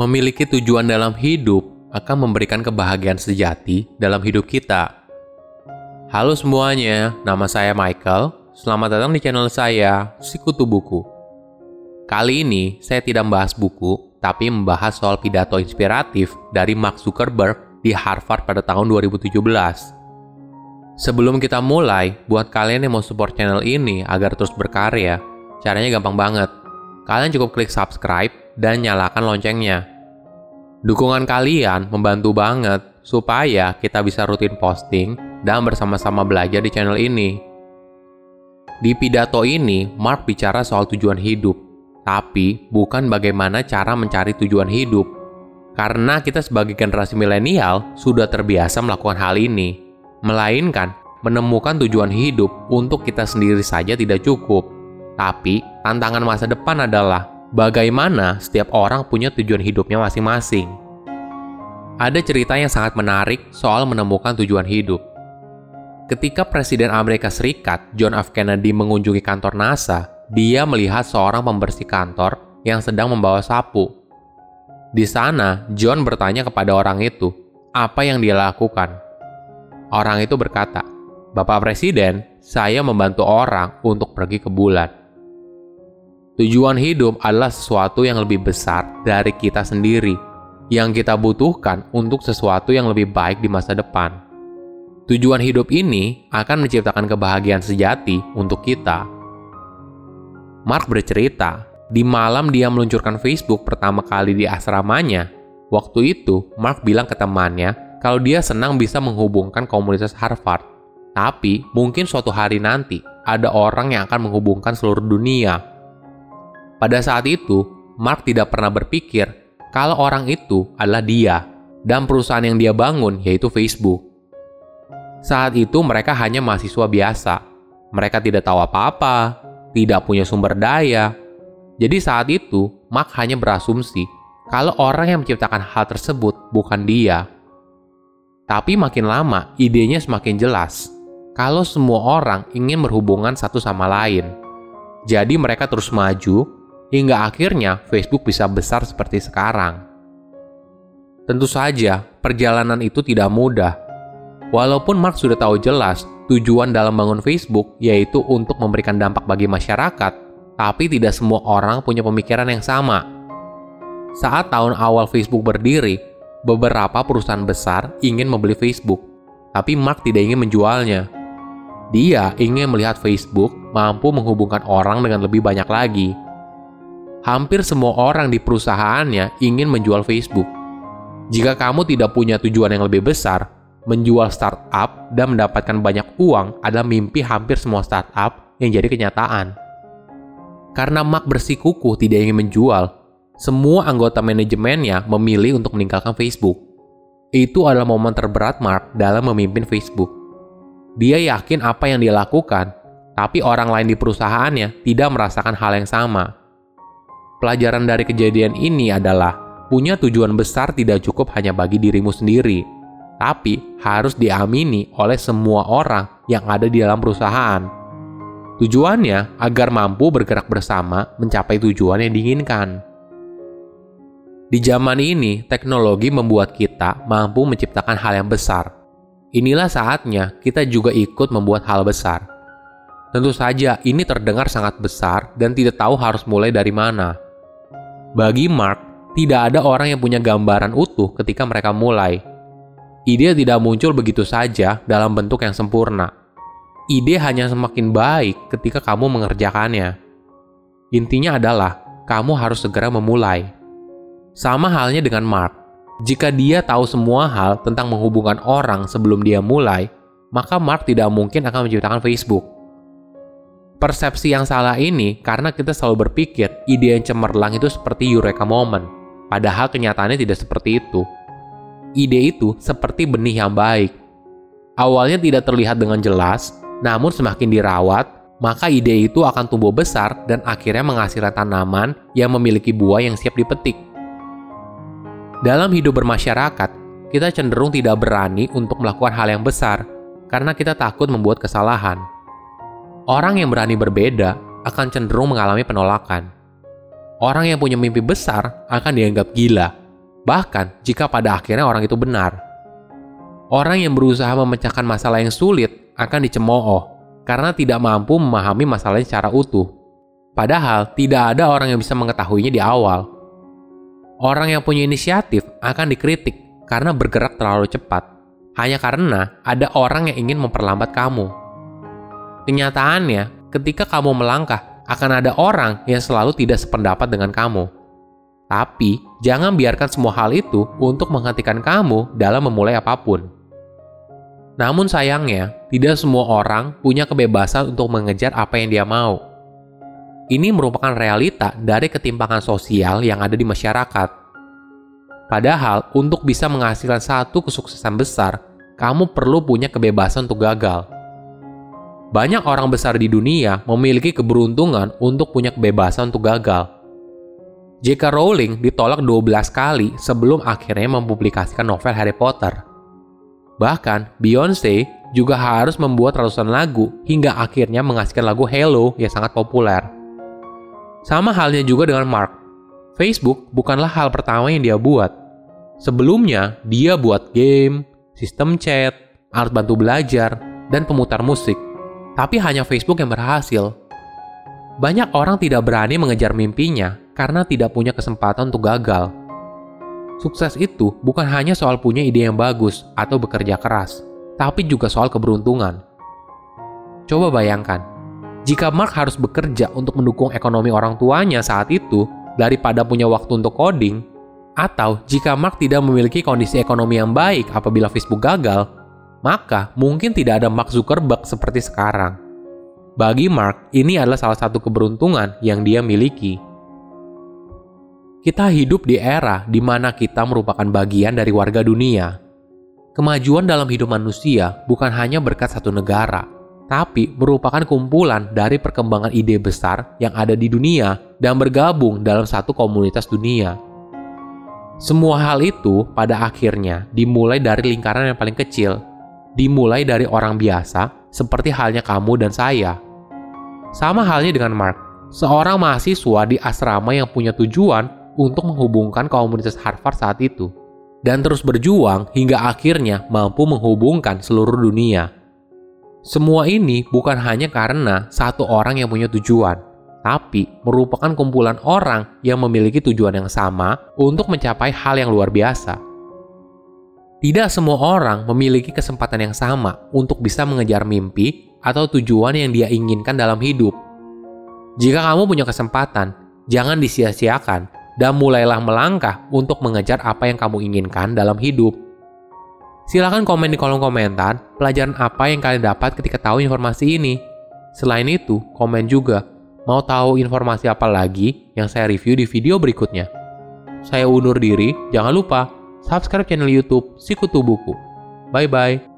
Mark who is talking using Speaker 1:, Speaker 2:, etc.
Speaker 1: Memiliki tujuan dalam hidup akan memberikan kebahagiaan sejati dalam hidup kita. Halo semuanya, nama saya Michael. Selamat datang di channel saya, Sikutu Buku. Kali ini saya tidak membahas buku, tapi membahas soal pidato inspiratif dari Mark Zuckerberg di Harvard pada tahun 2017. Sebelum kita mulai, buat kalian yang mau support channel ini agar terus berkarya, caranya gampang banget. Kalian cukup klik subscribe dan nyalakan loncengnya. Dukungan kalian membantu banget supaya kita bisa rutin posting dan bersama-sama belajar di channel ini. Di pidato ini, Mark bicara soal tujuan hidup, tapi bukan bagaimana cara mencari tujuan hidup. Karena kita sebagai generasi milenial sudah terbiasa melakukan hal ini. Melainkan, menemukan tujuan hidup untuk kita sendiri saja tidak cukup. Tapi, tantangan masa depan adalah bagaimana setiap orang punya tujuan hidupnya masing-masing. Ada cerita yang sangat menarik soal menemukan tujuan hidup. Ketika Presiden Amerika Serikat John F. Kennedy mengunjungi kantor NASA, dia melihat seorang pembersih kantor yang sedang membawa sapu. Di sana, John bertanya kepada orang itu, apa yang dia lakukan? Orang itu berkata, "Bapak Presiden, saya membantu orang untuk pergi ke bulan." Tujuan hidup adalah sesuatu yang lebih besar dari kita sendiri, yang kita butuhkan untuk sesuatu yang lebih baik di masa depan. Tujuan hidup ini akan menciptakan kebahagiaan sejati untuk kita. Mark bercerita, di malam dia meluncurkan Facebook pertama kali di asramanya, waktu itu Mark bilang ke temannya kalau dia senang bisa menghubungkan komunitas Harvard. Tapi mungkin suatu hari nanti ada orang yang akan menghubungkan seluruh dunia. Pada saat itu, Mark tidak pernah berpikir kalau orang itu adalah dia dan perusahaan yang dia bangun yaitu Facebook. Saat itu mereka hanya mahasiswa biasa. Mereka tidak tahu apa-apa, tidak punya sumber daya. Jadi saat itu, Mark hanya berasumsi kalau orang yang menciptakan hal tersebut bukan dia. Tapi makin lama, idenya semakin jelas kalau semua orang ingin berhubungan satu sama lain. Jadi mereka terus maju, hingga akhirnya Facebook bisa besar seperti sekarang. Tentu saja, perjalanan itu tidak mudah. Walaupun Mark sudah tahu jelas tujuan dalam bangun Facebook yaitu untuk memberikan dampak bagi masyarakat, tapi tidak semua orang punya pemikiran yang sama. Saat tahun awal Facebook berdiri, beberapa perusahaan besar ingin membeli Facebook, tapi Mark tidak ingin menjualnya. Dia ingin melihat Facebook mampu menghubungkan orang dengan lebih banyak lagi. Hampir semua orang di perusahaannya ingin menjual Facebook. Jika kamu tidak punya tujuan yang lebih besar, menjual startup dan mendapatkan banyak uang adalah mimpi hampir semua startup yang jadi kenyataan. Karena Mark bersikukuh tidak ingin menjual, semua anggota manajemennya memilih untuk meninggalkan Facebook. Itu adalah momen terberat Mark dalam memimpin Facebook. Dia yakin apa yang dia lakukan, tapi orang lain di perusahaannya tidak merasakan hal yang sama. Pelajaran dari kejadian ini adalah punya tujuan besar tidak cukup hanya bagi dirimu sendiri, tapi harus diamini oleh semua orang yang ada di dalam perusahaan. Tujuannya agar mampu bergerak bersama mencapai tujuan yang diinginkan. Di zaman ini, teknologi membuat kita mampu menciptakan hal yang besar. Inilah saatnya kita juga ikut membuat hal besar. Tentu saja ini terdengar sangat besar dan tidak tahu harus mulai dari mana. Bagi Mark, tidak ada orang yang punya gambaran utuh ketika mereka mulai. Ide tidak muncul begitu saja dalam bentuk yang sempurna. Ide hanya semakin baik ketika kamu mengerjakannya. Intinya adalah, kamu harus segera memulai. Sama halnya dengan Mark. Jika dia tahu semua hal tentang menghubungkan orang sebelum dia mulai, maka Mark tidak mungkin akan menciptakan Facebook. Persepsi yang salah ini karena kita selalu berpikir ide yang cemerlang itu seperti eureka moment, padahal kenyataannya tidak seperti itu. Ide itu seperti benih yang baik. Awalnya tidak terlihat dengan jelas, namun semakin dirawat, maka ide itu akan tumbuh besar dan akhirnya menghasilkan tanaman yang memiliki buah yang siap dipetik. Dalam hidup bermasyarakat, kita cenderung tidak berani untuk melakukan hal yang besar karena kita takut membuat kesalahan. Orang yang berani berbeda akan cenderung mengalami penolakan. Orang yang punya mimpi besar akan dianggap gila, Bahkan jika pada akhirnya orang itu benar. Orang yang berusaha memecahkan masalah yang sulit akan dicemooh karena tidak mampu memahami masalahnya secara utuh. Padahal tidak ada orang yang bisa mengetahuinya di awal. Orang yang punya inisiatif akan dikritik karena bergerak terlalu cepat, hanya karena ada orang yang ingin memperlambat kamu. Kenyataannya, ketika kamu melangkah, akan ada orang yang selalu tidak sependapat dengan kamu. Tapi, jangan biarkan semua hal itu untuk menghentikan kamu dalam memulai apapun. Namun sayangnya, tidak semua orang punya kebebasan untuk mengejar apa yang dia mau. Ini merupakan realita dari ketimpangan sosial yang ada di masyarakat. Padahal, untuk bisa menghasilkan satu kesuksesan besar, kamu perlu punya kebebasan untuk gagal. Banyak orang besar di dunia memiliki keberuntungan untuk punya kebebasan untuk gagal. J.K. Rowling ditolak 12 kali sebelum akhirnya mempublikasikan novel Harry Potter. Bahkan, Beyoncé juga harus membuat ratusan lagu hingga akhirnya menghasilkan lagu Hello yang sangat populer. Sama halnya juga dengan Mark. Facebook bukanlah hal pertama yang dia buat. Sebelumnya, dia buat game, sistem chat, alat bantu belajar, dan pemutar musik. Tapi hanya Facebook yang berhasil. Banyak orang tidak berani mengejar mimpinya karena tidak punya kesempatan untuk gagal. Sukses itu bukan hanya soal punya ide yang bagus atau bekerja keras, tapi juga soal keberuntungan. Coba bayangkan, jika Mark harus bekerja untuk mendukung ekonomi orang tuanya saat itu daripada punya waktu untuk coding, atau jika Mark tidak memiliki kondisi ekonomi yang baik apabila Facebook gagal, maka mungkin tidak ada Mark Zuckerberg seperti sekarang. Bagi Mark, ini adalah salah satu keberuntungan yang dia miliki. Kita hidup di era di mana kita merupakan bagian dari warga dunia. Kemajuan dalam hidup manusia bukan hanya berkat satu negara, tapi merupakan kumpulan dari perkembangan ide besar yang ada di dunia dan bergabung dalam satu komunitas dunia. Semua hal itu pada akhirnya dimulai dari lingkaran yang paling kecil, dimulai dari orang biasa seperti halnya kamu dan saya. Sama halnya dengan Mark, seorang mahasiswa di asrama yang punya tujuan untuk menghubungkan komunitas Harvard saat itu, dan terus berjuang hingga akhirnya mampu menghubungkan seluruh dunia. Semua ini bukan hanya karena satu orang yang punya tujuan, tapi merupakan kumpulan orang yang memiliki tujuan yang sama untuk mencapai hal yang luar biasa. Tidak semua orang memiliki kesempatan yang sama untuk bisa mengejar mimpi atau tujuan yang dia inginkan dalam hidup. Jika kamu punya kesempatan, jangan disia-siakan dan mulailah melangkah untuk mengejar apa yang kamu inginkan dalam hidup. Silakan komen di kolom komentar pelajaran apa yang kalian dapat ketika tahu informasi ini. Selain itu, komen juga mau tahu informasi apa lagi yang saya review di video berikutnya. Saya undur diri, jangan lupa subscribe channel YouTube Sikutu Buku. Bye-bye.